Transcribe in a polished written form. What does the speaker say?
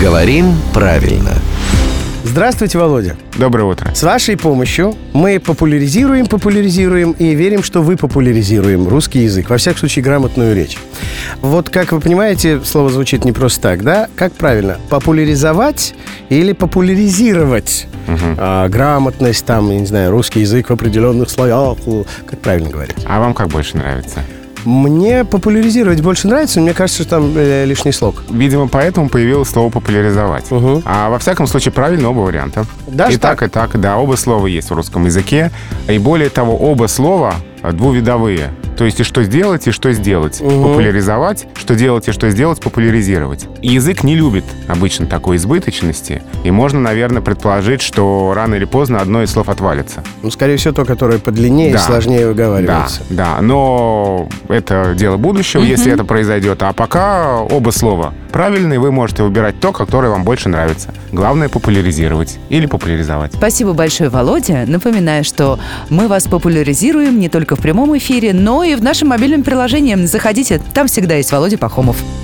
Говорим правильно. Здравствуйте, Володя. Доброе утро. С вашей помощью мы популяризируем и верим, что вы популяризируем русский язык, во всяком случае, грамотную речь. Вот, как вы понимаете, слово звучит не просто так, да? Как правильно? Популяризовать или популяризировать грамотность, там, я не знаю, русский язык в определенных слоях? Как правильно говорить? А вам как больше нравится? Мне популяризировать больше нравится, но мне кажется, что там лишний слог. Видимо, поэтому появилось слово «популяризовать». А во всяком случае, правильно оба варианта. Даже и так, да, оба слова есть в русском языке. И более того, оба слова двувидовые. То есть и что сделать, и что сделать. Популяризовать, что делать и что сделать, популяризировать. И язык не любит обычно такой избыточности. И можно, наверное, предположить, что рано или поздно одно из слов отвалится. Ну, скорее всего, то, которое подлиннее и сложнее выговаривается. Да, но это дело будущего, если это произойдет. А пока оба слова правильные, вы можете выбирать то, которое вам больше нравится. Главное — популяризировать или популяризовать. Спасибо большое, Володя. Напоминаю, что мы вас популяризируем не только в прямом эфире, но и в нашем мобильном приложении. Заходите, там всегда есть Володя Пахомов.